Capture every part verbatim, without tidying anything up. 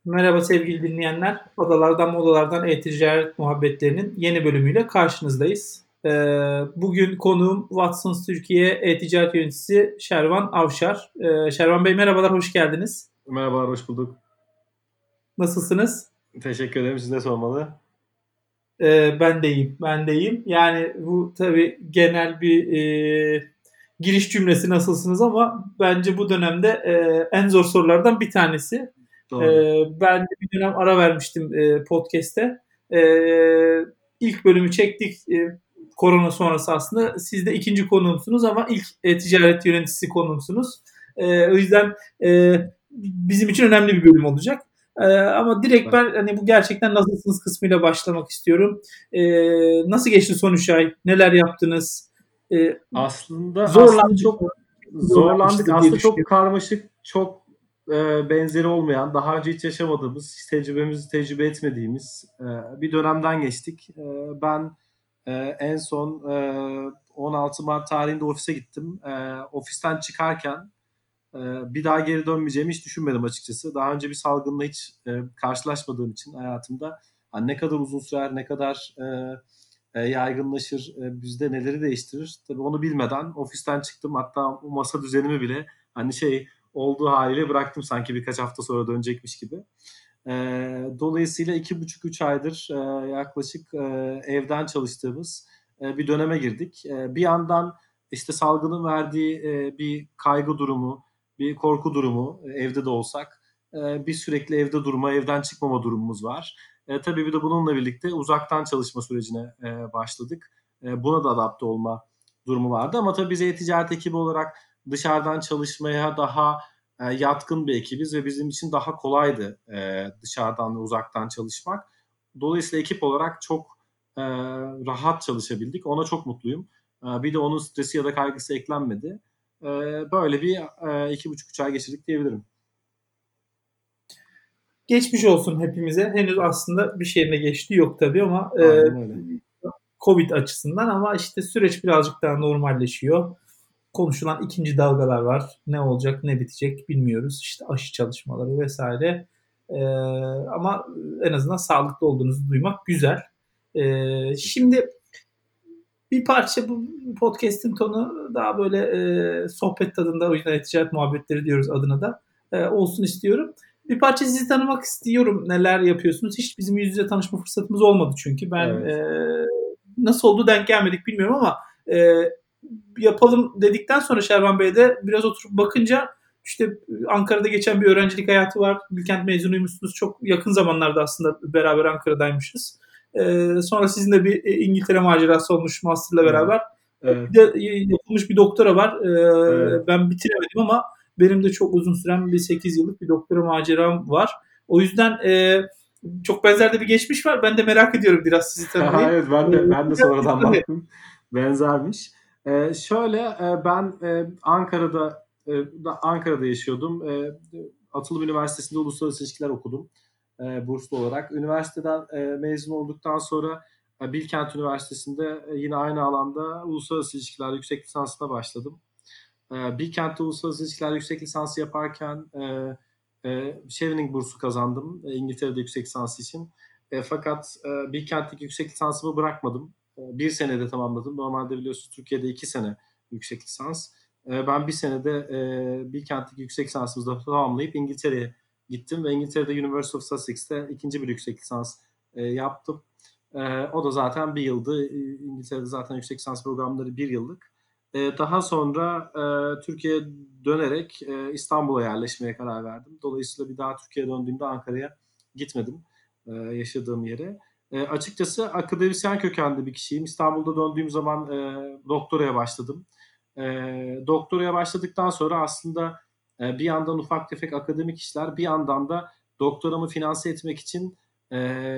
Merhaba sevgili dinleyenler. Odalardan Modalardan E-Ticaret Muhabbetlerinin yeni bölümüyle karşınızdayız. Ee, bugün konuğum Watsons Türkiye E-Ticaret Yöneticisi Şervan Avşar. Ee, Şervan Bey merhabalar, hoş geldiniz. Merhabalar, hoş bulduk. Nasılsınız? Teşekkür ederim. Siz de sormalı. Ee, ben de iyiyim, ben de iyiyim. Yani bu tabii genel bir e, giriş cümlesi nasılsınız ama bence bu dönemde e, en zor sorulardan bir tanesi. E, Doğru. ben de bir dönem ara vermiştim e, podcast'te. E, ilk bölümü çektik e, korona sonrası aslında. Siz de ikinci konuğumsunuz ama ilk e, ticaret yöneticisi konuğumsunuz. E, o yüzden e, bizim için önemli bir bölüm olacak. Ee, ama direkt ben hani bu gerçekten nasılsınız kısmıyla başlamak istiyorum. Ee, nasıl geçti son üç ay? Neler yaptınız? Ee, Aslında aslında zorlandık çok mı? zorlandık. Zorlanmışızdır diye Aslında çok düşünüyorum. karmaşık, çok e, benzeri olmayan, daha önce hiç yaşamadığımız, hiç tecrübemizi tecrübe etmediğimiz e, bir dönemden geçtik. E, ben e, en son e, on altı Mart tarihinde ofise gittim. E, ofisten çıkarken e, bir daha geri dönmeyeceğimi hiç düşünmedim açıkçası. Daha önce bir salgınla hiç e, karşılaşmadığım için hayatımda hani ne kadar uzun sürer, ne kadar e, e, yaygınlaşır, e, bizde neleri değiştirir. Tabii onu bilmeden ofisten çıktım. Hatta masa düzenimi bile hani şey olduğu haliyle bıraktım sanki birkaç hafta sonra dönecekmiş gibi. E, dolayısıyla iki buçuk üç aydır e, yaklaşık e, evden çalıştığımız e, bir döneme girdik. E, bir yandan işte salgının verdiği e, bir kaygı durumu, bir korku durumu e, evde de olsak e, bir sürekli evde durma, evden çıkmama durumumuz var. E, tabii bir de bununla birlikte uzaktan çalışma sürecine e, başladık. E, buna da adapte olma durumu vardı ama tabii biz e-ticaret ekibi olarak dışarıdan çalışmaya daha e, yatkın bir ekibiz ve bizim için daha kolaydı e, dışarıdan ve uzaktan çalışmak. Dolayısıyla ekip olarak çok e, rahat çalışabildik. Ona çok mutluyum. E, bir de onun stresi ya da kaygısı eklenmedi. E, böyle bir e, iki buçuk üç ay geçirdik diyebilirim. Geçmiş olsun hepimize. Henüz aslında bir şeyine geçti yok tabii ama e, Aynen öyle. Covid açısından ama işte süreç birazcık daha normalleşiyor. Konuşulan ikinci dalgalar var. Ne olacak, ne bitecek bilmiyoruz. İşte aşı çalışmaları vesaire. Ee, ama en azından sağlıklı olduğunuzu duymak güzel. Ee, şimdi bir parça bu podcast'in tonu daha böyle e, sohbet tadında, o yüzden ticaret muhabbetleri diyoruz adına da e, olsun istiyorum. Bir parça sizi tanımak istiyorum. Neler yapıyorsunuz? Hiç bizim yüz yüze tanışma fırsatımız olmadı çünkü. Ben Evet. e, nasıl oldu denk gelmedik bilmiyorum ama e, yapalım dedikten sonra Şervan Bey'de biraz oturup bakınca işte Ankara'da geçen bir öğrencilik hayatı var. Bilkent mezunuymuşsunuz. Çok yakın zamanlarda aslında beraber Ankara'daymışız. Ee, sonra sizin de bir İngiltere macerası olmuş master'la Evet. beraber. Evet. Bir de yapılmış bir doktora var. Ee, Evet. ben bitiremedim ama benim de çok uzun süren bir sekiz yıllık bir doktora maceram var. O yüzden e, çok benzer de bir geçmiş var. Ben de merak ediyorum biraz sizi tanımayı. Evet, ben Ee, de ben de biraz sonradan siz baktım. Benzermiş. Ee, şöyle e, ben e, Ankara'da e, da- Ankara'da yaşıyordum. E, Atılım Üniversitesi'nde uluslararası ilişkiler okudum. E, burslu olarak. Üniversiteden e, mezun olduktan sonra e, Bilkent Üniversitesi'nde e, yine aynı alanda uluslararası ilişkiler yüksek lisansına başladım. E, Bilkent'te uluslararası ilişkiler yüksek lisansı yaparken e, e, Chevening bursu kazandım e, İngiltere'de yüksek lisans için. E, fakat e, Bilkent'teki yüksek lisansımı bırakmadım. E, bir senede tamamladım. Normalde biliyorsunuz Türkiye'de iki sene yüksek lisans. E, ben bir senede e, Bilkent'teki yüksek lisansımızı da tamamlayıp İngiltere'ye gittim ve İngiltere'de University of Sussex'te ikinci bir yüksek lisans e, yaptım. E, o da zaten bir yıldı. E, İngiltere'de zaten yüksek lisans programları bir yıllık. E, daha sonra e, Türkiye'ye dönerek e, İstanbul'a yerleşmeye karar verdim. Dolayısıyla bir daha Türkiye'ye döndüğümde Ankara'ya gitmedim e, yaşadığım yere. E, açıkçası akademisyen kökenli bir kişiyim. İstanbul'da döndüğüm zaman e, doktoraya başladım. E, doktoraya başladıktan sonra aslında e, bir yandan ufak tefek akademik işler, bir yandan da doktoramı finanse etmek için e,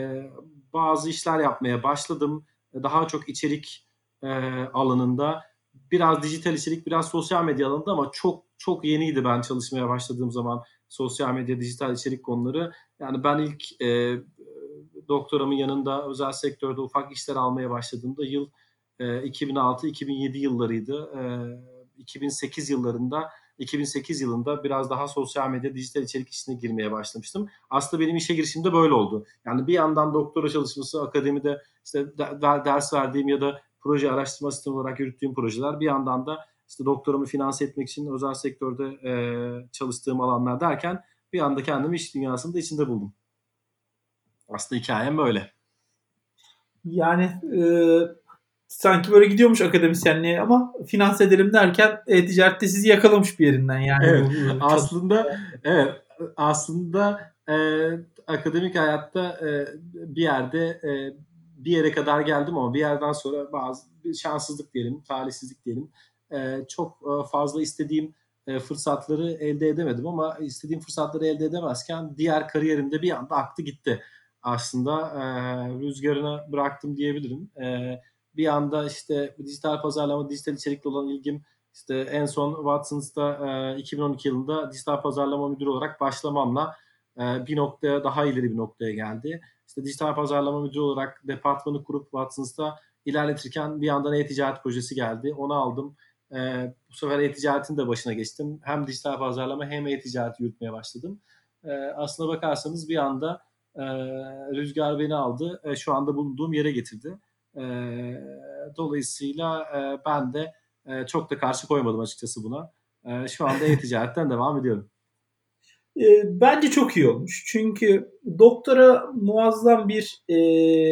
bazı işler yapmaya başladım. Daha çok içerik e, alanında, biraz dijital içerik, biraz sosyal medya alanında ama çok çok yeniydi ben çalışmaya başladığım zaman sosyal medya, dijital içerik konuları. Yani ben ilk e, doktoramın yanında özel sektörde ufak işler almaya başladığımda yıl e, iki bin altı iki bin yedi yıllarıydı. E, iki bin sekiz yıllarında iki bin sekiz yılında biraz daha sosyal medya, dijital içerik işine girmeye başlamıştım. Aslında benim işe girişim de böyle oldu. Yani bir yandan doktora çalışması, akademide işte ders verdiğim ya da proje araştırma sistemi olarak yürüttüğüm projeler, bir yandan da işte doktoramı finanse etmek için özel sektörde e, çalıştığım alanlar derken bir anda kendimi iş dünyasının da içinde buldum. Aslında hikayem böyle. Yani e, sanki böyle gidiyormuş akademisyenliğe ama finanse edelim derken e-ticarette sizi yakalamış bir yerinden yani Evet, bu e, aslında evet, aslında e, akademik hayatta e, bir yerde e, bir yere kadar geldim ama bir yerden sonra bazı bir şanssızlık diyelim, talihsizlik diyelim. E, çok e, fazla istediğim e, fırsatları elde edemedim ama istediğim fırsatları elde edemezken diğer kariyerimde bir anda aktı gitti. Aslında e, rüzgarına bıraktım diyebilirim. E, bir anda işte dijital pazarlama, dijital içerikli olan ilgim işte en son Watsons'ta e, iki bin on iki yılında dijital pazarlama müdürü olarak başlamamla e, bir noktaya daha ileri bir noktaya geldi. İşte dijital pazarlama müdürü olarak departmanı kurup Watsons'ta ilerletirken bir yandan e-ticaret projesi geldi. Onu aldım. E, bu sefer e-ticaretin de başına geçtim. Hem dijital pazarlama hem e-ticareti yürütmeye başladım. E, aslına bakarsanız bir anda e, rüzgar beni aldı. E, şu anda bulunduğum yere getirdi. E, dolayısıyla e, ben de e, çok da karşı koymadım açıkçası buna. E, şu anda e-ticaretten devam ediyorum. E, bence çok iyi olmuş. Çünkü doktora muazzam bir e,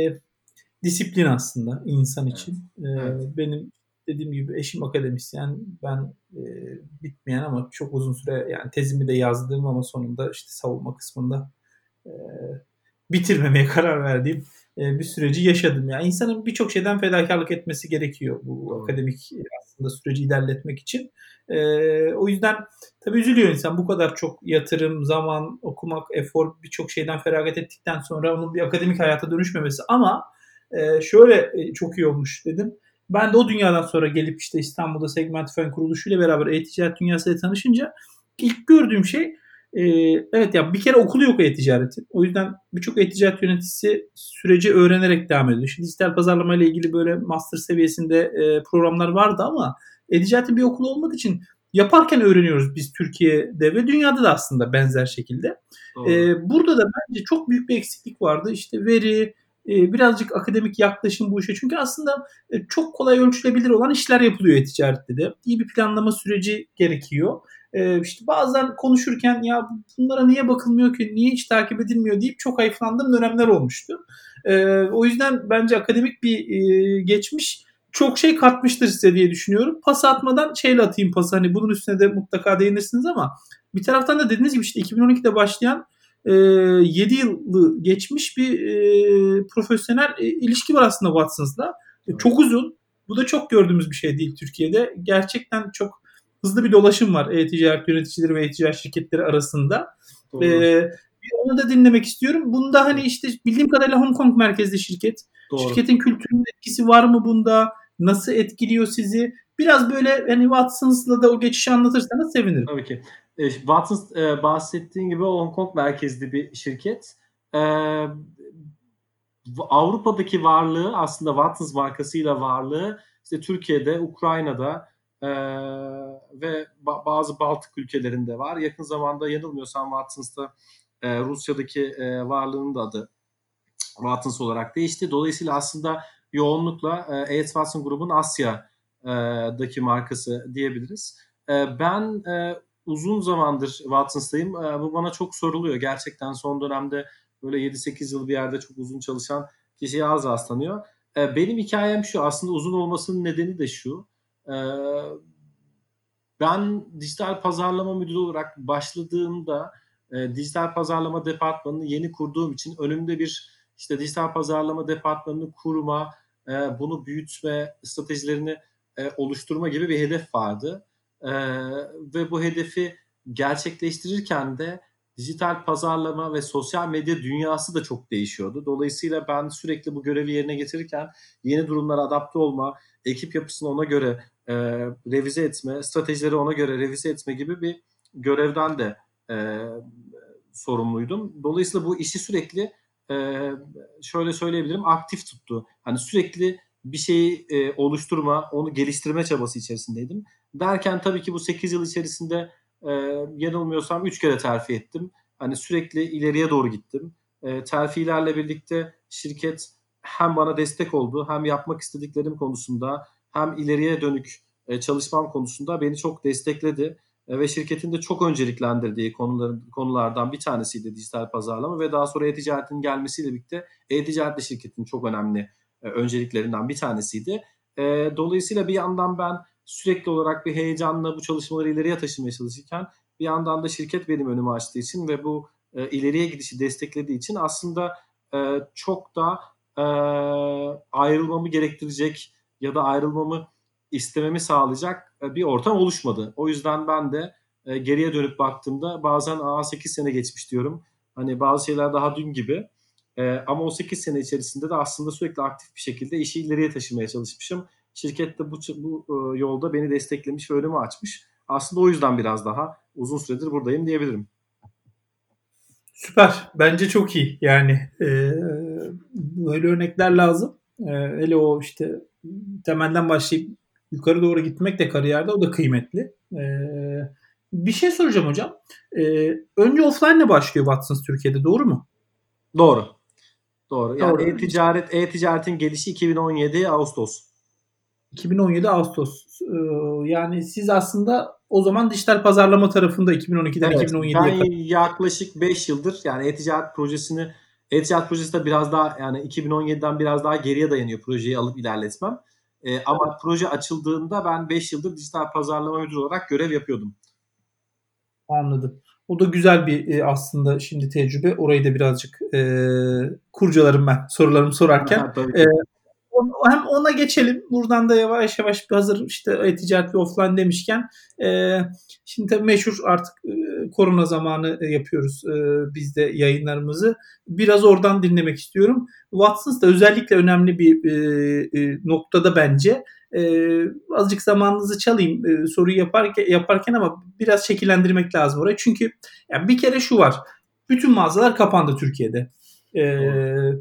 disiplin aslında insan Evet. için. E, Evet. benim dediğim gibi eşim akademisyen. Ben e, bitmeyen ama çok uzun süre yani tezimi de yazdım ama sonunda işte savunma kısmında e, bitirmemeye karar verdiğim e, bir süreci yaşadım. Yani insanın birçok şeyden fedakarlık etmesi gerekiyor bu Doğru. akademik aslında süreci ilerletmek için. E, o yüzden tabii üzülüyor insan bu kadar çok yatırım, zaman, okumak, efor birçok şeyden feragat ettikten sonra onun bir akademik hayata dönüşmemesi. Ama e, şöyle e, çok iyi olmuş dedim. Ben de o dünyadan sonra gelip işte İstanbul'da Segmentify'ın kuruluşuyla beraber e-ticaret dünyasıyla tanışınca ilk gördüğüm şey ee, evet ya bir kere okulu yok e-ticaretin. O yüzden birçok e-ticaret yöneticisi süreci öğrenerek devam ediyor. Şimdi dijital pazarlama ile ilgili böyle master seviyesinde e, programlar vardı ama e-ticaretin bir okulu olmadığı için yaparken öğreniyoruz biz Türkiye'de ve dünyada da aslında benzer şekilde. Doğru. Ee, burada da bence çok büyük bir eksiklik vardı. İşte veri, e, birazcık akademik yaklaşım bu işe. Çünkü aslında e, çok kolay ölçülebilir olan işler yapılıyor e-ticarette de. İyi bir planlama süreci gerekiyor. Ee, işte bazen konuşurken ya bunlara niye bakılmıyor ki, niye hiç takip edilmiyor deyip çok hayıflandığım dönemler olmuştu. Ee, o yüzden bence akademik bir e, geçmiş çok şey katmıştır size diye düşünüyorum. Pas atmadan şeyle atayım pası hani bunun üstüne de mutlaka değinirsiniz ama bir taraftan da dediğiniz gibi işte iki bin on ikide başlayan e, yedi yılı geçmiş bir e, profesyonel e, ilişki var aslında Watsons'la. E, Evet. çok uzun. Bu da çok gördüğümüz bir şey değil Türkiye'de. Gerçekten çok hızlı bir dolaşım var e-ticaret yöneticileri ve e-ticaret şirketleri arasında. Doğru. Ee, onu da dinlemek istiyorum. Bunda hani işte bildiğim kadarıyla Hong Kong merkezli şirket. Doğru. Şirketin kültürünün etkisi var mı bunda? Nasıl etkiliyor sizi? Biraz böyle hani Watsons'la da o geçişi anlatırsanız sevinirim. Tabii ki. E, Watsons e, bahsettiğin gibi Hong Kong merkezli bir şirket. E, Avrupa'daki varlığı aslında Watsons markasıyla varlığı işte Türkiye'de, Ukrayna'da e, ve ba- bazı Baltık ülkelerinde var. Yakın zamanda yanılmıyorsam Watsons'ta e, Rusya'daki e, varlığının da adı Watsons olarak değişti. Dolayısıyla aslında yoğunlukla e, A S. Watson grubun Asya'daki markası diyebiliriz. E, ben e, uzun zamandır Watsons'tayım. E, bu bana çok soruluyor. Gerçekten son dönemde böyle yedi sekiz yıl bir yerde çok uzun çalışan kişiye az rastlanıyor. E, benim hikayem şu. Aslında uzun olmasının nedeni de şu. E, ben dijital pazarlama müdürü olarak başladığımda e, dijital pazarlama departmanını yeni kurduğum için önümde bir işte dijital pazarlama departmanını kurma, e, bunu büyütme, stratejilerini e, oluşturma gibi bir hedef vardı. E, ve bu hedefi gerçekleştirirken de dijital pazarlama ve sosyal medya dünyası da çok değişiyordu. Dolayısıyla ben sürekli bu görevi yerine getirirken yeni durumlara adapte olma, ekip yapısını ona göre e, revize etme, stratejileri ona göre revize etme gibi bir görevden de e, sorumluydum. Dolayısıyla bu işi sürekli e, şöyle söyleyebilirim aktif tuttu. Hani sürekli bir şeyi e, oluşturma, onu geliştirme çabası içerisindeydim. Derken tabii ki bu sekiz yıl içerisinde E, yanılmıyorsam üç kere terfi ettim. Hani sürekli ileriye doğru gittim. E, terfilerle birlikte şirket hem bana destek oldu, hem yapmak istediklerim konusunda, hem ileriye dönük e, çalışmam konusunda beni çok destekledi. E, ve şirketin de çok önceliklendirdiği konuların, konulardan bir tanesiydi dijital pazarlama ve daha sonra e-ticaretin gelmesiyle birlikte e-ticaret de şirketin çok önemli e, önceliklerinden bir tanesiydi. E, dolayısıyla bir yandan ben sürekli olarak bir heyecanla bu çalışmaları ileriye taşımaya çalışırken bir yandan da şirket benim önümü açtığı için ve bu e, ileriye gidişi desteklediği için aslında e, çok da e, ayrılmamı gerektirecek ya da ayrılmamı istememi sağlayacak e, bir ortam oluşmadı. O yüzden ben de e, geriye dönüp baktığımda bazen aa sekiz sene geçmiş diyorum. Hani bazı şeyler daha dün gibi. E, ama o sekiz sene içerisinde de aslında sürekli aktif bir şekilde işi ileriye taşımaya çalışmışım. Şirket de bu, bu e, yolda beni desteklemiş ve önümü açmış. Aslında o yüzden biraz daha uzun süredir buradayım diyebilirim. Süper. Bence çok iyi. Yani e, böyle örnekler lazım. E, hele o işte temelden başlayıp yukarı doğru gitmek de kariyerde o da kıymetli. E, bir şey soracağım hocam. E, önce offline ile başlıyor Watsons Türkiye'de, doğru mu? Doğru. Doğru. Yani Doğru. e-ticaret, e-ticaretin gelişi iki bin on yedi Ağustos. iki bin on yedi Ağustos. E, yani siz aslında o zaman dijital pazarlama tarafında iki bin on ikiden Evet, ben iki bin on yediye kadar. yaklaşık beş yıldır yani e-ticaret projesini e-ticaret projesi de biraz daha yani iki bin on yediden biraz daha geriye dayanıyor projeyi alıp ilerletmem. Ee, ama proje açıldığında ben beş yıldır dijital pazarlama müdürü olarak görev yapıyordum. Anladım. O da güzel bir e, aslında şimdi tecrübe. Orayı da birazcık e, kurcalarım ben sorularımı sorarken. Tabii E, ki. hem ona geçelim. Buradan da yavaş yavaş bir hazır işte e-ticaret ve offline demişken e, şimdi tabii meşhur artık e, korona zamanı e, yapıyoruz e, biz de yayınlarımızı. Biraz oradan dinlemek istiyorum. Watsons da özellikle önemli bir e, e, noktada bence. E, azıcık zamanınızı çalayım e, soruyu yaparken, yaparken ama biraz şekillendirmek lazım orayı. Çünkü yani bir kere şu var. Bütün mağazalar kapandı Türkiye'de. Doğru. Eee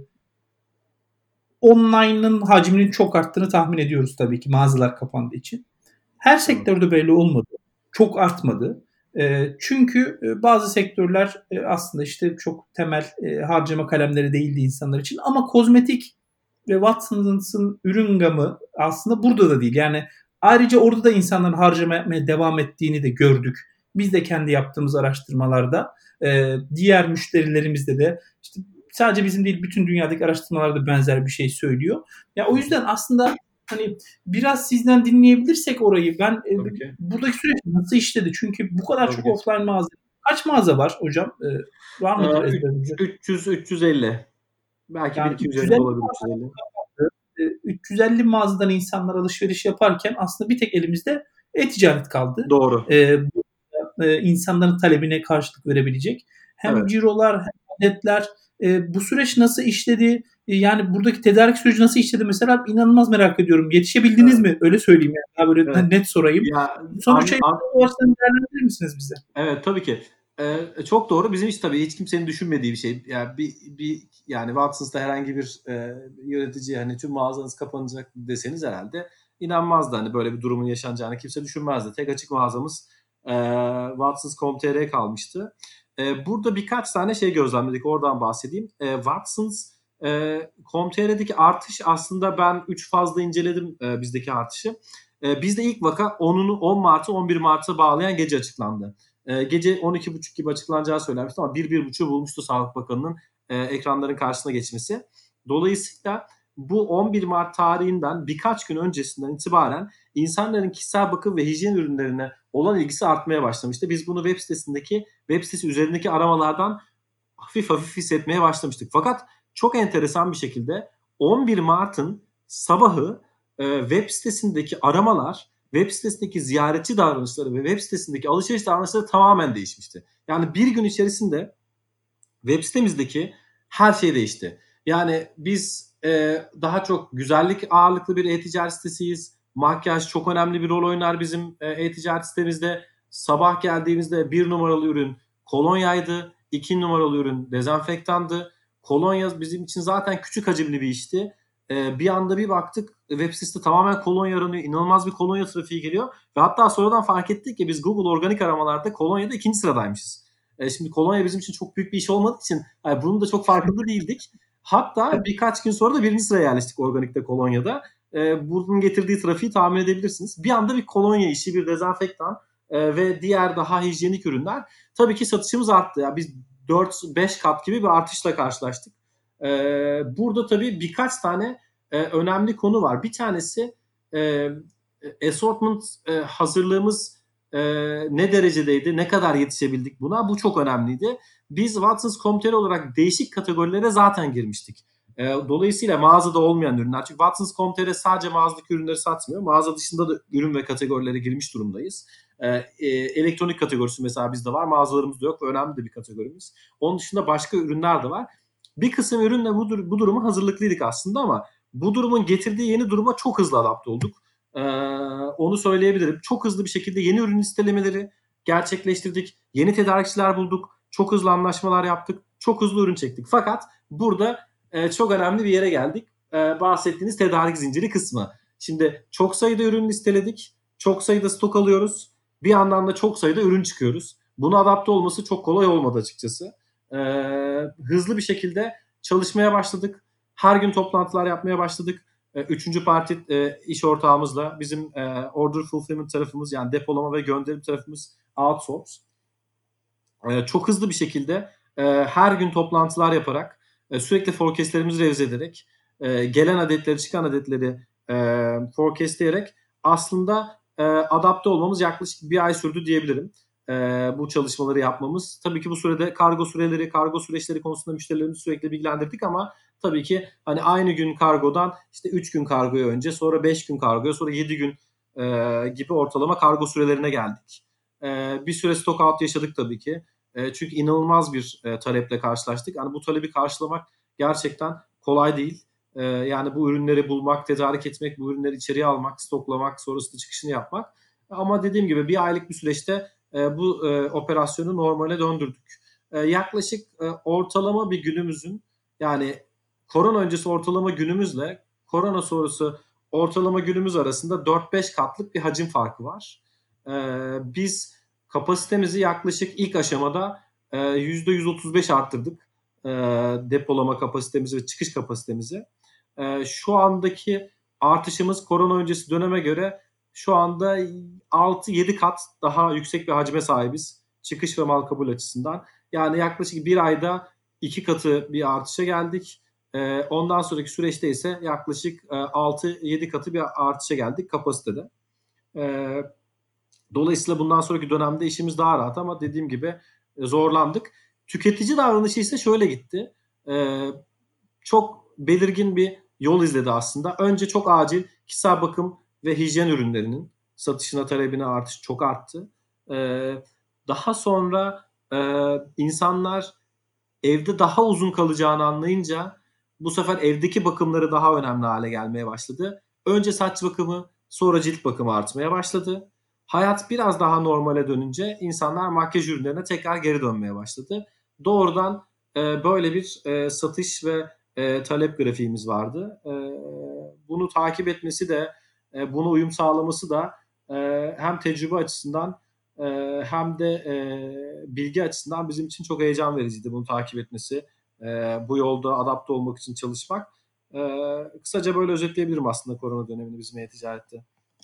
online'ın hacminin çok arttığını tahmin ediyoruz tabii ki mağazalar kapandığı için. Her Evet. sektörde böyle olmadı. Çok artmadı. E, çünkü e, bazı sektörler e, aslında işte çok temel e, harcama kalemleri değildi insanlar için. Ama kozmetik ve Watsons'ın ürün gamı aslında burada da değil. Yani ayrıca orada da insanların harcama yapmaya devam ettiğini de gördük. Biz de kendi yaptığımız araştırmalarda e, diğer müşterilerimizde de işte sadece bizim değil bütün dünyadaki araştırmalarda benzer bir şey söylüyor. Ya o yüzden aslında hani biraz sizden dinleyebilirsek orayı ben e, Tabii ki. buradaki süreç nasıl işledi? Çünkü bu kadar Tabii çok ki. offline mağaza. Kaç mağaza var hocam? E, var mıdır Ee, ezberinizde? üç yüz üç yüz elli. Belki Yani bir iki üzerinde üç yüz elli olabilir üç yüz elli. üç yüz elli mağazadan insanlar alışveriş yaparken aslında bir tek elimizde e-ticaret kaldı. Doğru. E, bu e, insanların talebine karşılık verebilecek. Hem Evet. cirolar hem adetler. E, bu süreç nasıl işledi? E, yani buradaki tedarik süreci nasıl işledi? Mesela inanılmaz merak ediyorum. Yetişebildiniz Evet. mi? Öyle söyleyeyim yani. Daha Evet. böyle net sorayım. Ya Son üç an, ay an, varsa değerlendirir misiniz bize? evet tabii ki. Ee, çok doğru. Bizim hiç tabii hiç kimsenin düşünmediği bir şey. Yani bir, bir yani Watsons'ta herhangi bir e, yönetici hani tüm mağazanız kapanacak deseniz herhalde inanmazdı. Hani böyle bir durumun yaşanacağını kimse düşünmezdi. Tek açık mağazamız e, watsons nokta com nokta tr kalmıştı. E, burada birkaç tane şey gözlemledik. Oradan bahsedeyim. E, Watsons e, nokta com nokta tr'deki artış aslında ben üç fazla inceledim e, bizdeki artışı. E, bizde ilk vaka onunu on Mart'ı on bir Mart'a bağlayan gece açıklandı. E, gece on iki buçuk gibi açıklanacağı söylenmişti ama bir buçuğu bulmuştu Sağlık Bakanı'nın e, ekranların karşısına geçmesi. Dolayısıyla bu on bir Mart tarihinden birkaç gün öncesinden itibaren insanların kişisel bakım ve hijyen ürünlerine olan ilgisi artmaya başlamıştı. Biz bunu web sitesindeki web sitesi üzerindeki aramalardan hafif hafif hissetmeye başlamıştık. Fakat çok enteresan bir şekilde on bir Mart'ın sabahı e, web sitesindeki aramalar, web sitesindeki ziyaretçi davranışları ve web sitesindeki alışveriş davranışları tamamen değişmişti. Yani bir gün içerisinde web sitemizdeki her şey değişti. Yani biz e, daha çok güzellik ağırlıklı bir e-ticaret sitesiyiz. Makyaj çok önemli bir rol oynar bizim e, e-ticaret sitemizde. Sabah geldiğimizde bir numaralı ürün kolonyaydı. iki numaralı ürün dezenfektandı. Kolonya bizim için zaten küçük hacimli bir işti. e, bir anda bir baktık web sitesi tamamen kolonya aranıyor. İnanılmaz bir kolonya trafiği geliyor. Ve hatta sonradan fark ettik ki biz Google organik aramalarda kolonyada ikinci sıradaymışız. E, şimdi kolonya bizim için çok büyük bir iş olmadığı için yani bunun da çok farkında değildik. Hatta birkaç gün sonra da birinci sıraya yerleştik organikte kolonyada. E, bunun getirdiği trafiği tahmin edebilirsiniz. Bir anda bir kolonya işi, bir dezenfektan e, ve diğer daha hijyenik ürünler. Tabii ki satışımız arttı. Yani biz dört beş kat gibi bir artışla karşılaştık. E, burada tabii birkaç tane e, önemli konu var. Bir tanesi e, assortment e, hazırlığımız e, ne derecedeydi, ne kadar yetişebildik buna, bu çok önemliydi. Biz Watsons nokta com nokta tr olarak değişik kategorilere zaten girmiştik. E, dolayısıyla mağazada olmayan ürünler, çünkü Watsons nokta com nokta tr sadece mağazadaki ürünleri satmıyor. Mağaza dışında da ürün ve kategorilere girmiş durumdayız. E, e, elektronik kategorisi mesela bizde var, mağazalarımızda yok ve önemli de bir kategorimiz. Onun dışında başka ürünler de var. Bir kısım ürünle bu, dur- bu duruma hazırlıklıydık aslında ama bu durumun getirdiği yeni duruma çok hızlı adapte olduk. Ee, onu söyleyebilirim. Çok hızlı bir şekilde yeni ürün listelemeleri gerçekleştirdik. Yeni tedarikçiler bulduk. Çok hızlı anlaşmalar yaptık. Çok hızlı ürün çektik. Fakat burada e, çok önemli bir yere geldik. E, bahsettiğiniz tedarik zinciri kısmı. Şimdi çok sayıda ürün listeledik. Çok sayıda stok alıyoruz. Bir yandan da çok sayıda ürün çıkıyoruz. Buna adapte olması çok kolay olmadı açıkçası. E, hızlı bir şekilde çalışmaya başladık. Her gün toplantılar yapmaya başladık. Üçüncü parti e, iş ortağımızla bizim e, order fulfillment tarafımız, yani depolama ve gönderim tarafımız outsource. E, çok hızlı bir şekilde e, her gün toplantılar yaparak e, sürekli forecastlerimizi revize ederek e, gelen adetleri, çıkan adetleri e, forecastleyerek aslında e, adapte olmamız yaklaşık bir ay sürdü diyebilirim. E, bu çalışmaları yapmamız. Tabii ki bu sürede kargo süreleri, kargo süreçleri konusunda müşterilerimizi sürekli bilgilendirdik ama tabii ki hani aynı gün kargodan işte üç gün kargoya önce, sonra beş gün kargoya, sonra yedi gün e, gibi ortalama kargo sürelerine geldik. E, bir süre stock out yaşadık tabii ki. E, çünkü inanılmaz bir e, taleple karşılaştık. Yani bu talebi karşılamak gerçekten kolay değil. E, yani bu ürünleri bulmak, tedarik etmek, bu ürünleri içeriye almak, stoklamak, sonrasında çıkışını yapmak. Ama dediğim gibi bir aylık bir süreçte e, bu e, operasyonu normale döndürdük. E, yaklaşık e, ortalama bir günümüzün, yani korona öncesi ortalama günümüzle korona sonrası ortalama günümüz arasında dört beş katlık bir hacim farkı var. Ee, biz kapasitemizi yaklaşık ilk aşamada e, yüzde yüz otuz beş arttırdık. E, depolama kapasitemizi ve çıkış kapasitemizi. E, şu andaki artışımız korona öncesi döneme göre şu anda altı yedi kat daha yüksek bir hacme sahibiz. Çıkış ve mal kabul açısından. Yani yaklaşık bir ayda iki katı bir artışa geldik. E, ondan sonraki süreçte ise yaklaşık e, altı yedi katı bir artışa geldik kapasitede. E, dolayısıyla bundan sonraki dönemde işimiz daha rahat ama dediğim gibi e, zorlandık. Tüketici davranışı ise şöyle gitti. E, çok belirgin bir yol izledi aslında. Önce çok acil kişisel bakım ve hijyen ürünlerinin satışına, talebine artış çok arttı. E, daha sonra e, insanlar evde daha uzun kalacağını anlayınca bu sefer evdeki bakımları daha önemli hale gelmeye başladı. Önce saç bakımı, sonra cilt bakımı artmaya başladı. Hayat biraz daha normale dönünce insanlar makyaj ürünlerine tekrar geri dönmeye başladı. Doğrudan e, böyle bir e, satış ve e, talep grafiğimiz vardı. E, bunu takip etmesi de, e, buna uyum sağlaması da e, hem tecrübe açısından e, hem de e, bilgi açısından bizim için çok heyecan vericiydi bunu takip etmesi. E, bu yolda adapte olmak için çalışmak. E, kısaca böyle özetleyebilirim aslında korona dönemini bizim e-ticarette.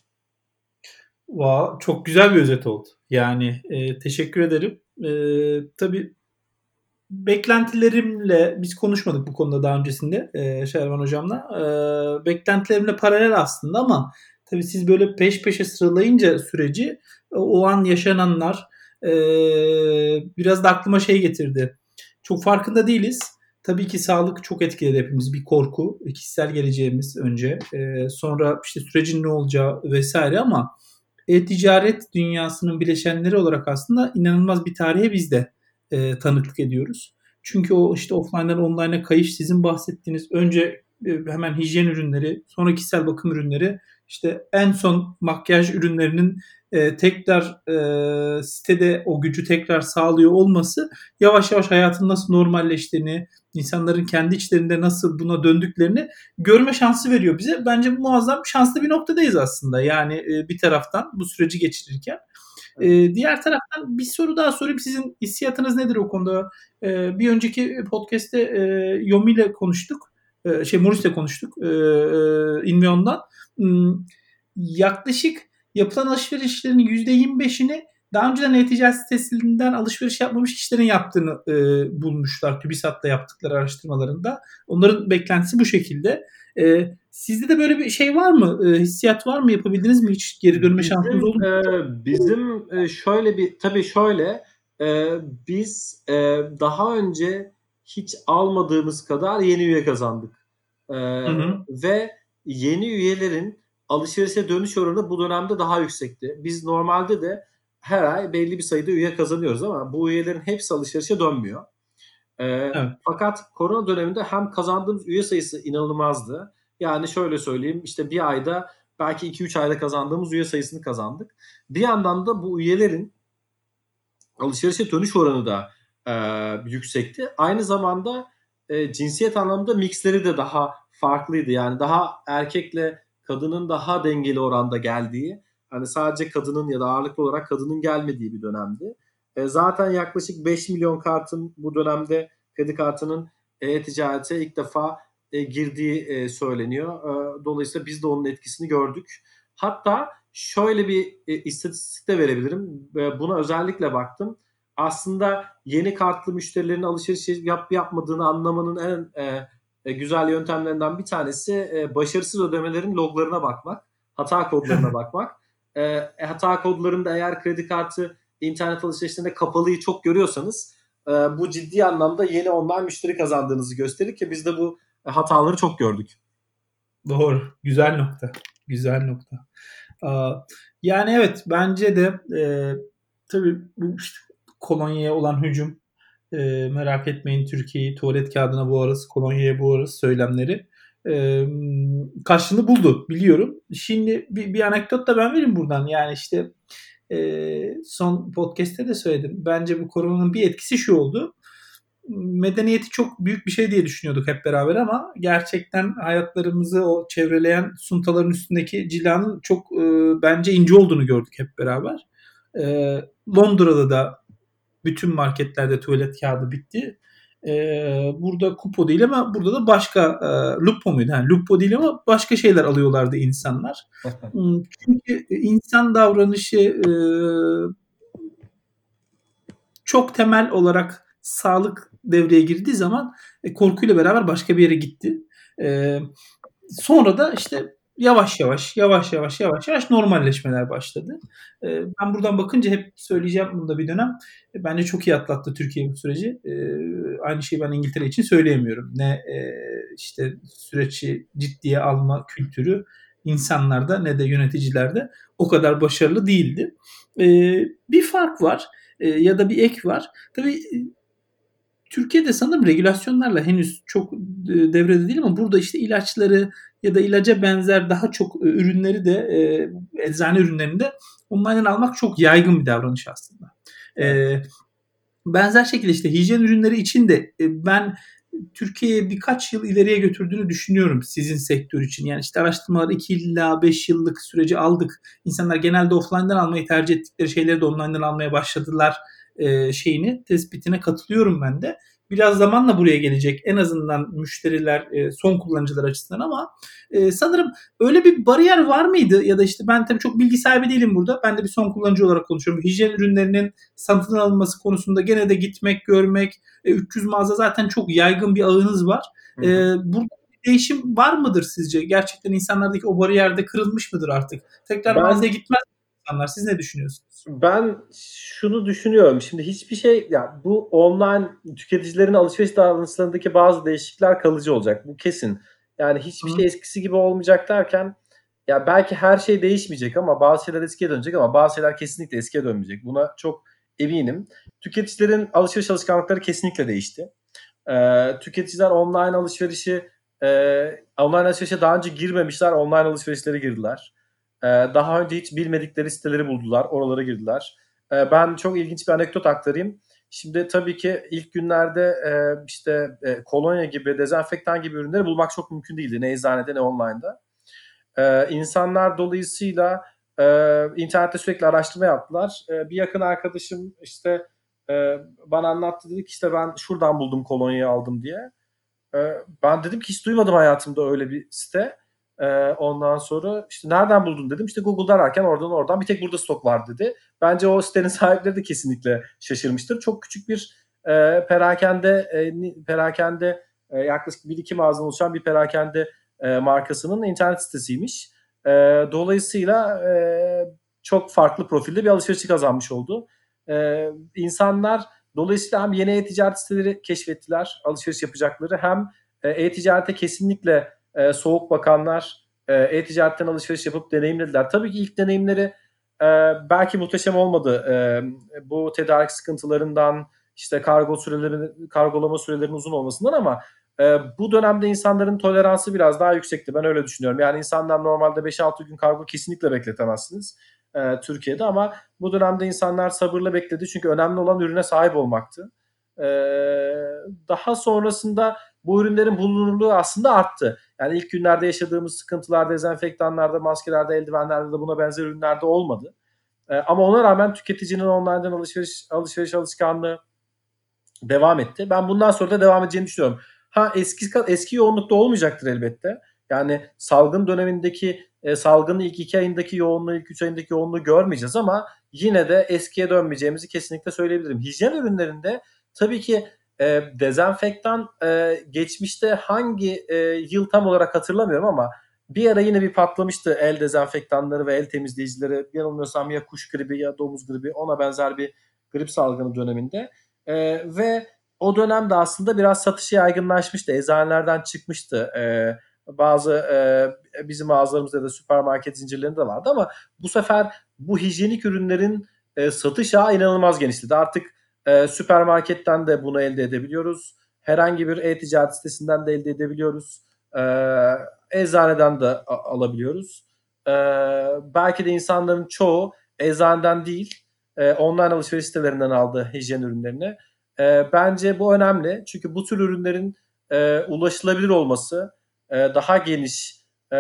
Wow, çok güzel bir özet oldu. Yani e, teşekkür ederim. E, tabii beklentilerimle biz konuşmadık bu konuda daha öncesinde e, Şervan hocamla. E, beklentilerimle paralel aslında ama tabii siz böyle peş peşe sıralayınca süreci o an yaşananlar e, biraz da aklıma şey getirdi. Çok farkında değiliz. Tabii ki sağlık çok etkiledi hepimiz. Bir korku, kişisel geleceğimiz önce. E, sonra işte sürecin ne olacağı vesaire ama e-ticaret dünyasının bileşenleri olarak aslında inanılmaz bir tarihe biz de e, tanıklık ediyoruz. Çünkü o işte offline'dan online'a kayış sizin bahsettiğiniz önce e, hemen hijyen ürünleri, sonra kişisel bakım ürünleri, işte en son makyaj ürünlerinin e, tekrar e, sitede o gücü tekrar sağlıyor olması yavaş yavaş hayatın nasıl normalleştiğini, insanların kendi içlerinde nasıl buna döndüklerini görme şansı veriyor bize. Bence muazzam şanslı bir noktadayız aslında. Yani e, bir taraftan bu süreci geçirirken. E, diğer taraftan bir soru daha sorayım. Sizin hissiyatınız nedir o konuda? E, bir önceki podcast'te e, Yomi ile konuştuk. E, şey Morris ile konuştuk. E, e, Inmion'dan. Hmm, yaklaşık yapılan alışverişlerin yüzde yirmi beşini daha önceden e-ticaret sitesinden alışveriş yapmamış kişilerin yaptığını e, bulmuşlar. TÜBİSAT'ta yaptıkları araştırmalarında. Onların beklentisi bu şekilde. E, sizde de böyle bir şey var mı? E, hissiyat var mı? Yapabildiniz mi? Hiç geri dönme şansınız Bizim oldu mu? e, bizim e, şöyle bir tabii şöyle e, biz e, daha önce hiç almadığımız kadar yeni üye kazandık. E, Hı hı. ve yeni üyelerin alışverişe dönüş oranı bu dönemde daha yüksekti. Biz normalde de her ay belli bir sayıda üye kazanıyoruz ama bu üyelerin hepsi alışverişe dönmüyor. E, Evet. fakat korona döneminde hem kazandığımız üye sayısı inanılmazdı. Yani şöyle söyleyeyim, işte bir ayda belki iki üç ayda kazandığımız üye sayısını kazandık. Bir yandan da bu üyelerin alışverişe dönüş oranı da e, yüksekti. Aynı zamanda e, cinsiyet anlamında mixleri de daha farklıydı. Yani daha erkekle kadının daha dengeli oranda geldiği, hani sadece kadının ya da ağırlıklı olarak kadının gelmediği bir dönemdi. E, zaten yaklaşık beş milyon kartın bu dönemde kredi kartının e-ticarete ilk defa e, girdiği e, söyleniyor. E, dolayısıyla biz de onun etkisini gördük. Hatta şöyle bir e, istatistik de verebilirim. E, buna özellikle baktım. Aslında yeni kartlı müşterilerin alışveriş yap yapmadığını anlamanın en e, e, güzel yöntemlerinden bir tanesi e, başarısız ödemelerin loglarına bakmak, hata kodlarına bakmak. E, e, hata kodlarında eğer kredi kartı internet alışverişlerinde kapalıyı çok görüyorsanız e, bu ciddi anlamda yeni online müşteri kazandığınızı gösterir ki biz de bu e, hataları çok gördük. Doğru. Güzel nokta. Güzel nokta. Aa, yani evet bence de e, tabii bu işte kolonyaya olan hücum e, merak etmeyin Türkiye'yi tuvalet kağıdına boğarız, kolonyaya boğarız söylemleri e, karşılığını buldu biliyorum. Şimdi bir, bir anekdot da ben vereyim buradan. Yani işte e, son podcast'te de söyledim. Bence bu koronanın bir etkisi şu oldu. Medeniyeti çok büyük bir şey diye düşünüyorduk hep beraber ama gerçekten hayatlarımızı o çevreleyen suntaların üstündeki cilanın çok e, bence ince olduğunu gördük hep beraber. E, Londra'da da bütün marketlerde tuvalet kağıdı bitti. E, burada Kupo değil ama burada da başka e, Lupo muydu? Yani Lupo değil ama başka şeyler alıyorlardı insanlar. Hmm, Çünkü insan davranışı e, çok temel olarak sağlık devreye girdiği zaman e, korkuyla beraber başka bir yere gitti. E, sonra da işte yavaş yavaş yavaş yavaş yavaş yavaş normalleşmeler başladı. E, ben buradan bakınca hep söyleyeceğim bunu da bir dönem. E, bence çok iyi atlattı Türkiye bu süreci. E, aynı şeyi ben İngiltere için söyleyemiyorum. Ne e, işte süreci ciddiye alma kültürü insanlarda ne de yöneticilerde o kadar başarılı değildi. E, bir fark var e, ya da bir ek var. Tabii e, Türkiye'de sanırım regülasyonlarla henüz çok e, devrede değil ama burada işte ilaçları ya da ilaca benzer daha çok e, ürünleri de e, eczane ürünlerini de online'dan almak çok yaygın bir davranış aslında. Evet. E, benzer şekilde işte hijyen ürünleri için de e, ben Türkiye'ye birkaç yıl ileriye götürdüğünü düşünüyorum sizin sektör için. Yani işte araştırmalar iki ila beş yıllık süreci aldık. İnsanlar genelde offline'dan almayı tercih ettikleri şeyleri de online'dan almaya başladılar e, şeyini, tespitine katılıyorum ben de. Biraz zamanla buraya gelecek en azından müşteriler, e, son kullanıcılar açısından ama e, sanırım öyle bir bariyer var mıydı? Ya da işte ben tabii çok bilgi sahibi değilim burada. Ben de bir son kullanıcı olarak konuşuyorum. Hijyen ürünlerinin satın alınması konusunda gene de gitmek, görmek, e, üç yüz mağaza zaten çok yaygın bir ağınız var. Hı E, hı. burada bir değişim var mıdır sizce? Gerçekten insanlardaki o bariyer de kırılmış mıdır artık? Tekrar mağazaya Ben gitmez mi insanlar? Siz ne düşünüyorsunuz? Ben şunu düşünüyorum. Şimdi hiçbir şey ya bu online tüketicilerin alışveriş davranışlarındaki bazı değişiklikler kalıcı olacak. Bu kesin. Yani hiçbir Hı. şey eskisi gibi olmayacak derken ya belki her şey değişmeyecek ama bazı şeyler eskiye dönecek ama bazı şeyler kesinlikle eskiye dönmeyecek. Buna çok eminim. Tüketicilerin alışveriş alışkanlıkları kesinlikle değişti. Ee, tüketiciler online alışverişi e, online alışverişe daha önce girmemişler. Online alışverişlere girdiler. E, daha önce hiç bilmedikleri siteleri buldular, oralara girdiler. E, ben çok ilginç bir anekdot aktarayım. Şimdi tabii ki ilk günlerde e, işte e, kolonya gibi, dezenfektan gibi ürünleri bulmak çok mümkün değildi. Ne eczanede ne online'da. E, insanlar dolayısıyla e, internette sürekli araştırma yaptılar. E, bir yakın arkadaşım işte e, bana anlattı, dedi ki işte ben şuradan buldum kolonyayı aldım diye. E, ben dedim ki hiç duymadım hayatımda öyle bir site. E, ondan sonra işte nereden buldun dedim. İşte Google'da ararken oradan oradan bir tek burada stok var dedi. Bence o sitenin sahipleri de kesinlikle şaşırmıştır. Çok küçük bir e, perakende e, perakende e, yaklaşık bir iki mağazadan oluşan bir perakende e, markasının internet sitesiymiş. E, dolayısıyla e, çok farklı profilde bir alışverişi kazanmış oldu. E, insanlar dolayısıyla hem yeni e-ticaret siteleri keşfettiler alışveriş yapacakları, hem e, e-ticarete kesinlikle e, soğuk bakanlar e, e-ticaretten alışveriş yapıp deneyimlediler. Tabii ki ilk deneyimleri e, belki muhteşem olmadı. E, bu tedarik sıkıntılarından, işte kargo süreleri, kargolama sürelerinin uzun olmasından, ama e, bu dönemde insanların toleransı biraz daha yüksekti. Ben öyle düşünüyorum. Yani insanlar normalde beş altı gün kargo kesinlikle bekletemezsiniz e, Türkiye'de, ama bu dönemde insanlar sabırla bekledi. Çünkü önemli olan ürüne sahip olmaktı. E, daha sonrasında bu ürünlerin bulunurluğu aslında arttı. Yani ilk günlerde yaşadığımız sıkıntılar dezenfektanlarda, maskelerde, eldivenlerde de buna benzer ürünlerde olmadı. E, ama ona rağmen tüketicinin online'dan alışveriş, alışveriş alışkanlığı devam etti. Ben bundan sonra da devam edeceğini düşünüyorum. Ha eski eski yoğunlukta olmayacaktır elbette. Yani salgın dönemindeki e, salgının ilk iki ayındaki yoğunluğu, ilk üç ayındaki yoğunluğu görmeyeceğiz, ama yine de eskiye dönmeyeceğimizi kesinlikle söyleyebilirim. Hijyen ürünlerinde tabii ki e, dezenfektan e, geçmişte hangi e, yıl tam olarak hatırlamıyorum, ama bir ara yine bir patlamıştı el dezenfektanları ve el temizleyicileri. Yanılmıyorsam ya kuş gribi ya domuz gribi, ona benzer bir grip salgını döneminde. E, ve o dönemde aslında biraz satışı yaygınlaşmıştı. Eczanelerden çıkmıştı. E, bazı e, bizim mağazalarımızda da süpermarket zincirlerinde de vardı, ama bu sefer bu hijyenik ürünlerin e, satış ağı inanılmaz genişledi. Artık e, süpermarketten de bunu elde edebiliyoruz. Herhangi bir e-ticaret sitesinden de elde edebiliyoruz. E, eczaneden de a- alabiliyoruz. E, belki de insanların çoğu eczaneden değil, e, online alışveriş sitelerinden aldığı hijyen ürünlerini. E, bence bu önemli. Çünkü bu tür ürünlerin e, ulaşılabilir olması, e, daha geniş, e,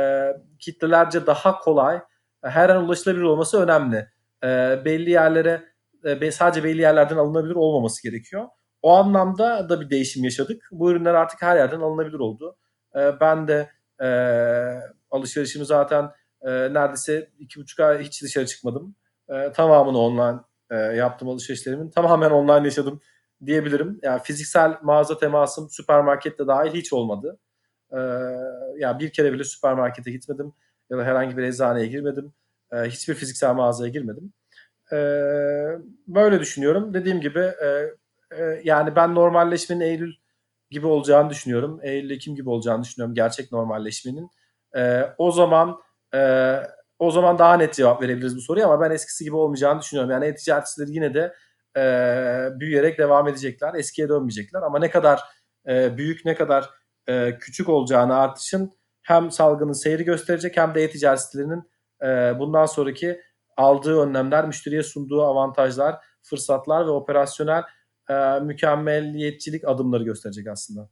kitlelerce daha kolay, her an ulaşılabilir olması önemli. E, belli yerlere e, sadece belli yerlerden alınabilir olmaması gerekiyor. O anlamda da bir değişim yaşadık. Bu ürünler artık her yerden alınabilir oldu. E, ben de e, alışverişimi zaten e, neredeyse iki buçuk ay hiç dışarı çıkmadım. E, tamamını online e, yaptım alışverişlerimin. Tamamen online yaşadım diyebilirim. Yani fiziksel mağaza temasım süpermarkette dahil hiç olmadı. E, yani bir kere bile süpermarkete gitmedim ya da herhangi bir eczaneye girmedim. E, hiçbir fiziksel mağazaya girmedim. E, böyle düşünüyorum. Dediğim gibi e, e, yani ben normalleşmenin Eylül gibi olacağını düşünüyorum. Eylül-Ekim gibi olacağını düşünüyorum gerçek normalleşmenin. E, o zaman e, o zaman daha net cevap verebiliriz bu soruya, ama ben eskisi gibi olmayacağını düşünüyorum. Yani e-ticaret siteleri yine de e, büyüyerek devam edecekler. Eskiye dönmeyecekler, ama ne kadar e, büyük, ne kadar e, küçük olacağını artışın hem salgının seyri gösterecek, hem de e-ticaret sitelerinin e, bundan sonraki aldığı önlemler, müşteriye sunduğu avantajlar, fırsatlar ve operasyonel e, mükemmeliyetçilik adımları gösterecek aslında.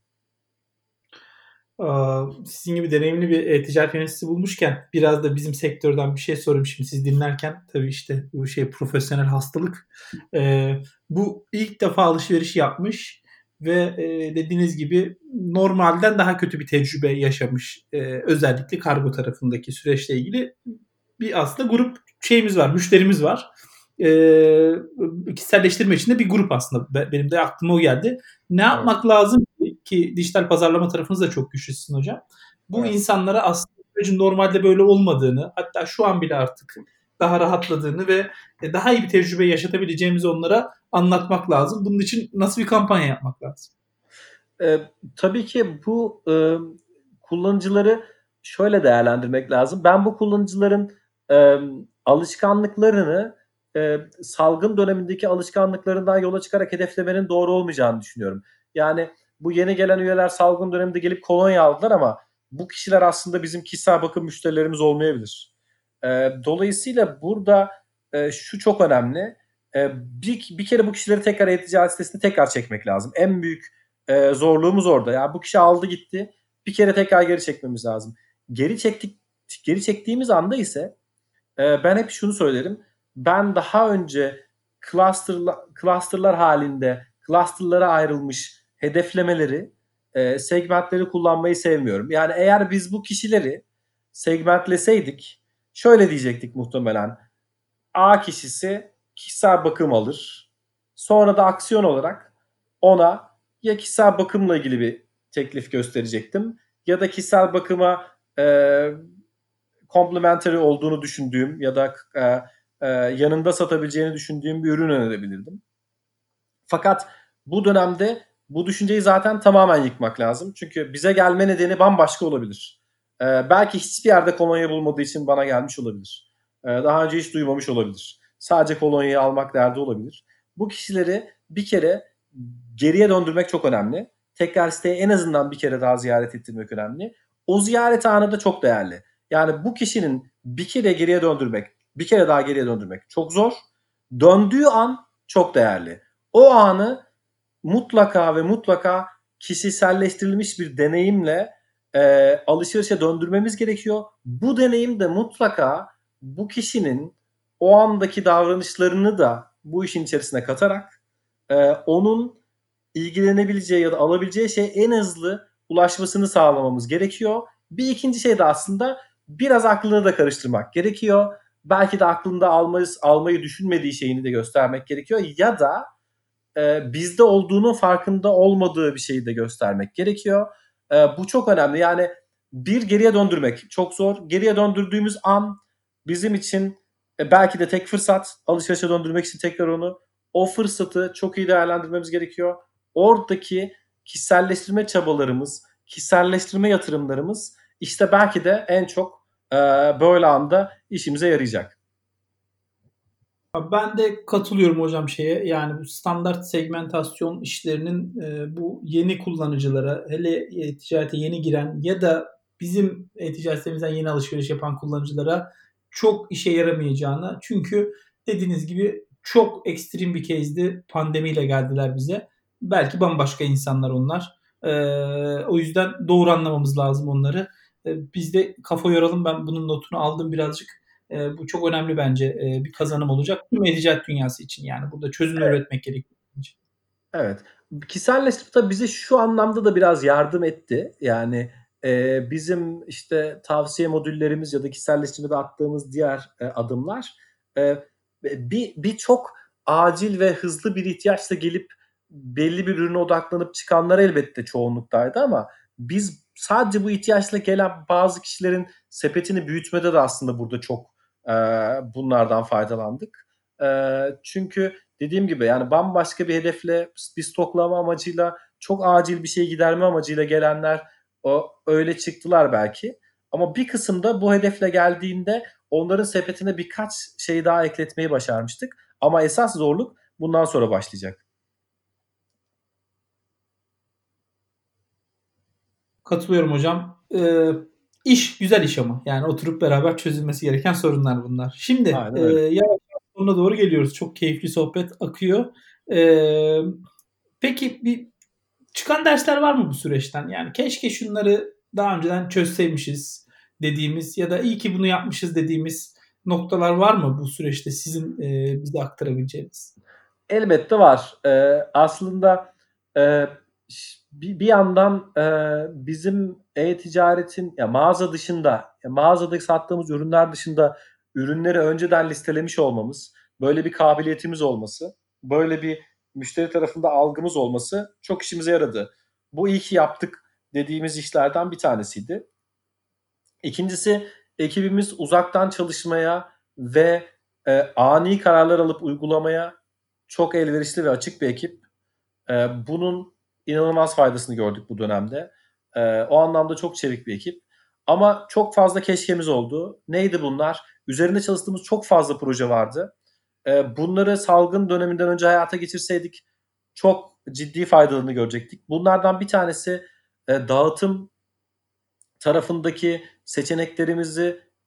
Sizin gibi deneyimli bir e-ticaret yöneticisi bulmuşken biraz da bizim sektörden bir şey sorayım şimdi siz dinlerken. Tabii işte bu şey profesyonel hastalık. Ee, bu ilk defa alışveriş yapmış ve e, dediğiniz gibi normalden daha kötü bir tecrübe yaşamış. Ee, özellikle kargo tarafındaki süreçle ilgili bir aslında grup şeyimiz var, müşterimiz var. Ee, kişiselleştirme için de bir grup aslında. Benim de aklıma o geldi. Ne Evet. yapmak lazım ki dijital pazarlama tarafınız da çok güçlüsün hocam. Bu Evet. insanlara aslında sürecin normalde böyle olmadığını, hatta şu an bile artık daha rahatladığını ve daha iyi bir tecrübe yaşatabileceğimizi onlara anlatmak lazım. Bunun için nasıl bir kampanya yapmak lazım? E, tabii ki bu e, kullanıcıları şöyle değerlendirmek lazım. Ben bu kullanıcıların e, alışkanlıklarını e, salgın dönemindeki alışkanlıklarından yola çıkarak hedeflemenin doğru olmayacağını düşünüyorum. Yani bu yeni gelen üyeler salgın döneminde gelip kolonya aldılar, ama bu kişiler aslında bizim kişisel bakım müşterilerimiz olmayabilir. E, dolayısıyla burada e, şu çok önemli. E, bir, bir kere bu kişileri tekrar e-ticaret sitesine tekrar çekmek lazım. En büyük e, zorluğumuz orada. Yani bu kişi aldı gitti. Bir kere tekrar geri çekmemiz lazım. Geri çektik, geri çektiğimiz anda ise e, ben hep şunu söylerim. Ben daha önce clusterla, clusterlar halinde clusterlara ayrılmış hedeflemeleri, e, segmentleri kullanmayı sevmiyorum. Yani eğer biz bu kişileri segmentleseydik şöyle diyecektik muhtemelen. A kişisi kişisel bakım alır. Sonra da aksiyon olarak ona ya kişisel bakımla ilgili bir teklif gösterecektim ya da kişisel bakıma e, complementary olduğunu düşündüğüm ya da e, e, yanında satabileceğini düşündüğüm bir ürün önerebilirdim. Fakat bu dönemde bu düşünceyi zaten tamamen yıkmak lazım. Çünkü bize gelme nedeni bambaşka olabilir. Ee, belki hiçbir yerde kolonya bulmadığı için bana gelmiş olabilir. Ee, daha önce hiç duymamış olabilir. Sadece kolonyayı almak derdi olabilir. Bu kişileri bir kere geriye döndürmek çok önemli. Tekrar siteye en azından bir kere daha ziyaret ettirmek önemli. O ziyaret anı da çok değerli. Yani bu kişinin bir kere geriye döndürmek, bir kere daha geriye döndürmek çok zor. Döndüğü an çok değerli. O anı mutlaka ve mutlaka kişiselleştirilmiş bir deneyimle e, alışverişe döndürmemiz gerekiyor. Bu deneyim de mutlaka bu kişinin o andaki davranışlarını da bu işin içerisine katarak e, onun ilgilenebileceği ya da alabileceği şeye en hızlı ulaşmasını sağlamamız gerekiyor. Bir ikinci şey de aslında biraz aklını da karıştırmak gerekiyor. Belki de aklında almayı, almayı düşünmediği şeyini de göstermek gerekiyor. Ya da e, bizde olduğunun farkında olmadığı bir şeyi de göstermek gerekiyor. E, bu çok önemli. Yani bir geriye döndürmek çok zor. Geriye döndürdüğümüz an bizim için e, belki de tek fırsat alışverişe döndürmek için tekrar onu. O fırsatı çok iyi değerlendirmemiz gerekiyor. Oradaki kişiselleştirme çabalarımız, kişiselleştirme yatırımlarımız işte belki de en çok e, böyle anda işimize yarayacak. Ben de katılıyorum hocam şeye. Yani bu standart segmentasyon işlerinin e, bu yeni kullanıcılara, hele e-ticarete yeni giren ya da bizim e-ticaret sitemizden yeni alışveriş yapan kullanıcılara çok işe yaramayacağını. Çünkü dediğiniz gibi çok ekstrem bir case'di. Pandemiyle geldiler bize. Belki bambaşka insanlar onlar. E, o yüzden doğru anlamamız lazım onları. E, biz de kafa yoralım. Ben bunun notunu aldım birazcık. E, bu çok önemli bence e, bir kazanım olacak. Tüm e-ticaret dünyası için yani. Burada çözümler üretmek gerekiyor bence. Evet. Kişiselleştirme tabii bize şu anlamda da biraz yardım etti. Yani e, bizim işte tavsiye modüllerimiz ya da kişiselleştirmede attığımız diğer e, adımlar e, bir bir çok acil ve hızlı bir ihtiyaçla gelip belli bir ürüne odaklanıp çıkanlar elbette çoğunluktaydı ama biz sadece bu ihtiyaçla gelen bazı kişilerin sepetini büyütmede de aslında burada çok e, bunlardan faydalandık. E, çünkü dediğim gibi yani bambaşka bir hedefle bir stoklama amacıyla çok acil bir şey giderme amacıyla gelenler o öyle çıktılar belki. Ama bir kısımda bu hedefle geldiğinde onların sepetine birkaç şey daha ekletmeyi başarmıştık. Ama esas zorluk bundan sonra başlayacak. Katılıyorum hocam. E, iş güzel iş ama. Yani oturup beraber çözülmesi gereken sorunlar bunlar. Şimdi e, Aynen öyle. yavaş yavaş sonuna doğru geliyoruz. Çok keyifli sohbet akıyor. E, peki bir çıkan dersler var mı bu süreçten? Yani keşke şunları daha önceden çözseymişiz dediğimiz ya da iyi ki bunu yapmışız dediğimiz noktalar var mı bu süreçte sizin e, bize aktarabileceğiniz? Elbette var. Ee, aslında e, bir, bir yandan e, bizim e-ticaretin ya mağaza dışında, ya mağazadaki sattığımız ürünler dışında ürünleri önceden listelemiş olmamız, böyle bir kabiliyetimiz olması, böyle bir müşteri tarafında algımız olması çok işimize yaradı. Bu iyi ki yaptık dediğimiz işlerden bir tanesiydi. İkincisi ekibimiz uzaktan çalışmaya ve e, ani kararlar alıp uygulamaya çok elverişli ve açık bir ekip. E, bunun inanılmaz faydasını gördük bu dönemde. E, o anlamda çok çevik bir ekip. Ama çok fazla keşkemiz oldu. Neydi bunlar? Üzerinde çalıştığımız çok fazla proje vardı. E, bunları salgın döneminden önce hayata geçirseydik çok ciddi faydalarını görecektik. Bunlardan bir tanesi e, dağıtım tarafındaki seçeneklerimizi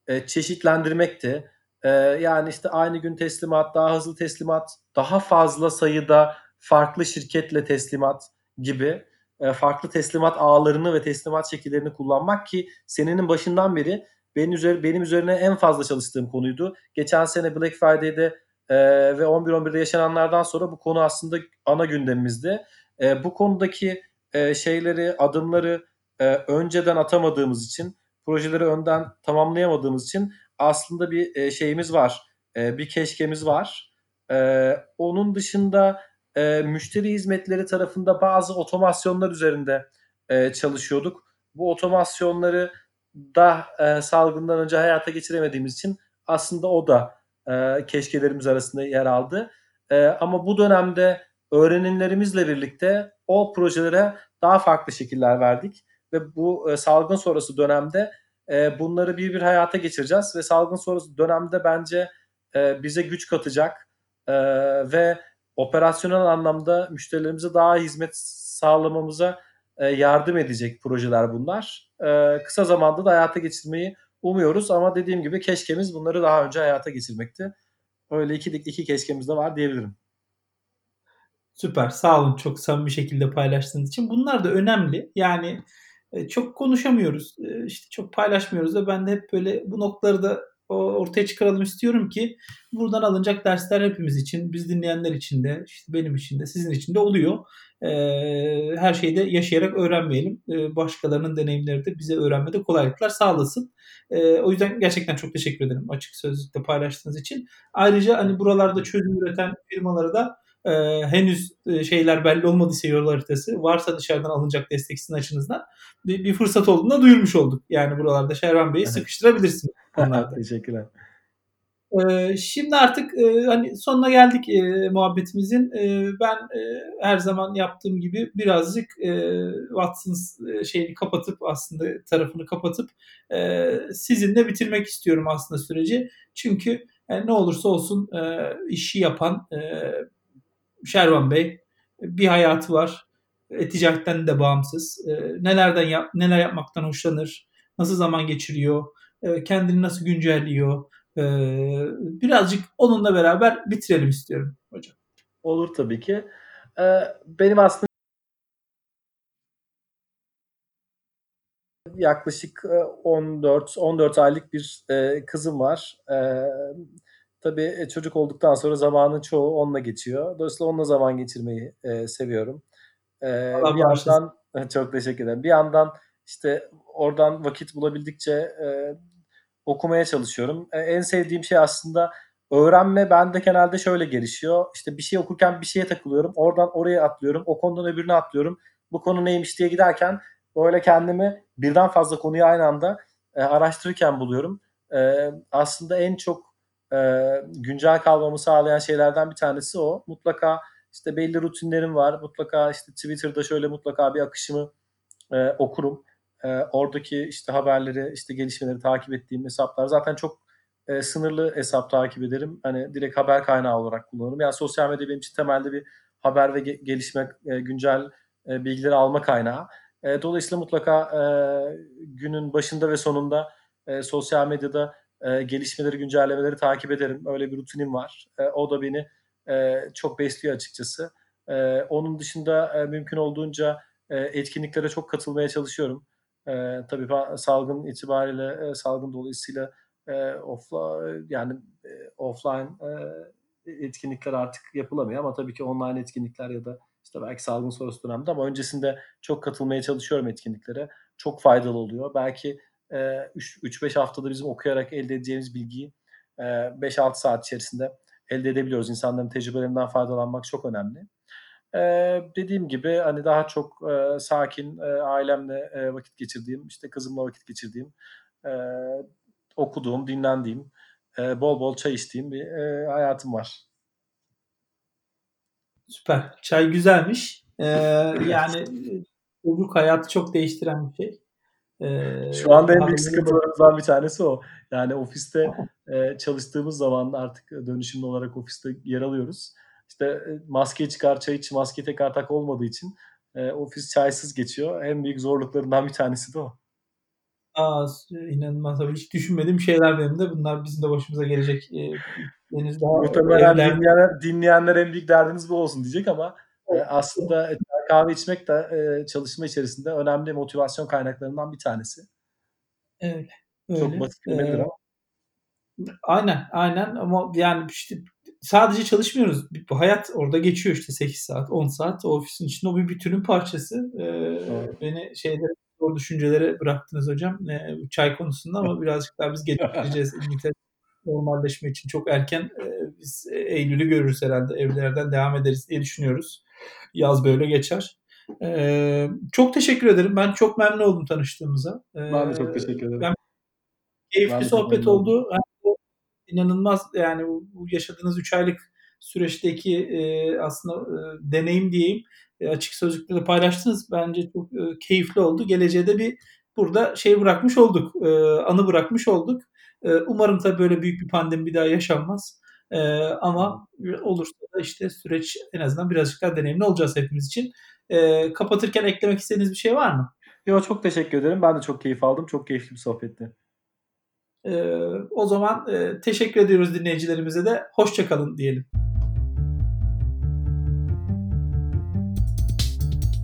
e, çeşitlendirmekti. E, yani işte aynı gün teslimat, daha hızlı teslimat, daha fazla sayıda farklı şirketle teslimat gibi e, farklı teslimat ağlarını ve teslimat şekillerini kullanmak ki senenin başından beri benim, üzeri, benim üzerine en fazla çalıştığım konuydu. Geçen sene Black Friday'de e, ve on bir on birde yaşananlardan sonra bu konu aslında ana gündemimizdi. E, bu konudaki e, şeyleri, adımları e, önceden atamadığımız için, projeleri önden tamamlayamadığımız için aslında bir e, şeyimiz var, e, bir keşkemiz var. E, onun dışında e, müşteri hizmetleri tarafında bazı otomasyonlar üzerinde e, çalışıyorduk. Bu otomasyonları da e, salgından önce hayata geçiremediğimiz için aslında o da e, keşkelerimiz arasında yer aldı. E, ama bu dönemde öğrenimlerimizle birlikte o projelere daha farklı şekiller verdik ve bu e, salgın sonrası dönemde e, bunları bir bir hayata geçireceğiz ve salgın sonrası dönemde bence e, bize güç katacak e, ve operasyonel anlamda müşterilerimize daha hizmet sağlamamıza e, yardım edecek projeler bunlar. E, kısa zamanda da hayata geçirmeyi umuyoruz ama dediğim gibi keşkemiz bunları daha önce hayata geçirmekti. Öyle iki, iki keşkemiz de var diyebilirim. Süper. Sağ olun çok samimi şekilde paylaştığınız için. Bunlar da önemli. Yani e, çok konuşamıyoruz. E, işte çok paylaşmıyoruz da ben de hep böyle bu noktaları da ortaya çıkaralım istiyorum ki buradan alınacak dersler hepimiz için, biz dinleyenler için de, işte benim için de, sizin için de oluyor. E, her şeyi de yaşayarak öğrenmeyelim. E, başkalarının deneyimleri de bize öğrenmede kolaylıklar sağlasın. E, o yüzden gerçekten çok teşekkür ederim açık sözlükte paylaştığınız için. Ayrıca hani buralarda çözüm üreten firmalara da e, henüz e, şeyler belli olmadıysa yol haritası varsa dışarıdan alınacak destek sizin açınızdan bir, bir fırsat olduğunu duyurmuş olduk. Yani buralarda Şervan Bey'i sıkıştırabilirsiniz konularda. Teşekkürler. Ee, şimdi artık e, hani sonuna geldik e, muhabbetimizin. E, ben e, her zaman yaptığım gibi birazcık e, Watsons e, şeyini kapatıp aslında tarafını kapatıp e, sizinle bitirmek istiyorum aslında süreci. Çünkü yani ne olursa olsun e, işi yapan e, Şervan Bey bir hayatı var. E-ticaretten de bağımsız. E, nelerden yap, neler yapmaktan hoşlanır, nasıl zaman geçiriyor, e, kendini nasıl güncelliyor. E, birazcık onunla beraber bitirelim istiyorum hocam. Olur tabii ki. Ee, benim aslında yaklaşık on dört on dört aylık bir e, kızım var. E, tabii çocuk olduktan sonra zamanın çoğu onunla geçiyor. Dolayısıyla onunla zaman geçirmeyi e, seviyorum. E, Allah bir bağışlasın. yandan çok teşekkür ederim. Bir yandan işte oradan vakit bulabildikçe e, okumaya çalışıyorum. E, en sevdiğim şey aslında öğrenme bende genelde şöyle gelişiyor. İşte bir şey okurken bir şeye takılıyorum. Oradan oraya atlıyorum. O konudan öbürüne atlıyorum. Bu konu neymiş diye giderken böyle kendimi birden fazla konuyu aynı anda e, araştırırken buluyorum. E, aslında en çok e, güncel kalmamı sağlayan şeylerden bir tanesi o. Mutlaka işte belli rutinlerim var. Mutlaka işte Twitter'da şöyle mutlaka bir akışımı e, okurum. E, oradaki işte haberleri, işte gelişmeleri takip ettiğim hesaplar zaten çok e, sınırlı hesap takip ederim. Hani direkt haber kaynağı olarak kullanırım. Yani sosyal medya benim için temelde bir haber ve ge- gelişme, e, güncel e, bilgileri alma kaynağı. E, dolayısıyla mutlaka e, günün başında ve sonunda e, sosyal medyada e, gelişmeleri, güncellemeleri takip ederim. Öyle bir rutinim var. E, o da beni e, çok besliyor açıkçası. E, onun dışında e, mümkün olduğunca e, etkinliklere çok katılmaya çalışıyorum. E, tabii salgın itibariyle, e, salgın dolayısıyla e, offline yani e, offline e, etkinlikler artık yapılamıyor ama tabii ki online etkinlikler ya da işte belki salgın sonrası dönemde ama öncesinde çok katılmaya çalışıyorum etkinliklere. Çok faydalı oluyor. Belki e, üç beş haftada bizim okuyarak elde edeceğimiz bilgiyi e, beş altı saat içerisinde elde edebiliyoruz. İnsanların tecrübelerinden faydalanmak çok önemli. Ee, dediğim gibi hani daha çok e, sakin e, ailemle e, vakit geçirdiğim, işte kızımla vakit geçirdiğim, e, okuduğum, dinlendiğim, e, bol bol çay içtiğim bir e, hayatım var. Süper. Çay güzelmiş. Ee, Evet. yani çocuk hayatı çok değiştiren bir şey. Şu anda Ee, en büyük hanımların da sıkıntılarımızdan bir tanesi o. Yani ofiste e, çalıştığımız zaman artık dönüşümlü olarak ofiste yer alıyoruz. İşte e, maske çıkar, çay iç, maske tekrar tak olmadığı için e, ofis çaysız geçiyor. En büyük zorluklarından bir tanesi de o. A! S inanılmaz tabii hiç düşünmediğim şeyler benim de. Bunlar bizim de başımıza gelecek. Eee, henüz daha Muhtemelen evlerde dinleyenler dinleyenler en büyük derdiniz bu olsun diyecek ama, eee, aslında çay kahve içmek de, eee, çalışma içerisinde önemli motivasyon kaynaklarından bir tanesi. Evet, Çok öyle. basit Eee gelebilir ama. Aynen, aynen ama yani işte sadece çalışmıyoruz. Bu hayat orada geçiyor işte sekiz saat, on saat. O ofisin içinde o bir bütünün parçası. Eee, Doğru. beni şeyde zor düşüncelere bıraktınız hocam, eee, bu çay konusunda ama birazcık daha biz geliştireceğiz İngiltere normalleşme için çok erken. Eee, biz eylül'ü görürüz herhâlde. Evlerden devam ederiz diye düşünüyoruz. Yaz böyle geçer. Eee, çok teşekkür ederim. Ben çok memnun oldum tanıştığımıza. Ben de Eee, çok teşekkür ederim. ben keyifli Ben de çok sohbet memnun oldum. oldu. İnanılmaz yani bu bu yaşadığınız üç aylık süreçteki, eee, aslında, ııı, deneyim diyeyim, eee, açık sözlükle de paylaştınız. Bence çok, ııı, keyifli oldu. Geleceğe de bir burada şey bırakmış olduk, ııı, anı bırakmış olduk. Eee, umarım tabii böyle büyük bir pandemi bir daha yaşanmaz. Eee, ama olursa da işte süreç en azından birazcık daha deneyimli olacağız hepimiz için. Eee, kapatırken eklemek istediğiniz bir şey var mı? Yo, çok teşekkür ederim. Ben de çok keyif aldım. Çok keyifli bir sohbetti. Eee, o zaman, eee, teşekkür ediyoruz dinleyicilerimize de. Hoşça kalın diyelim.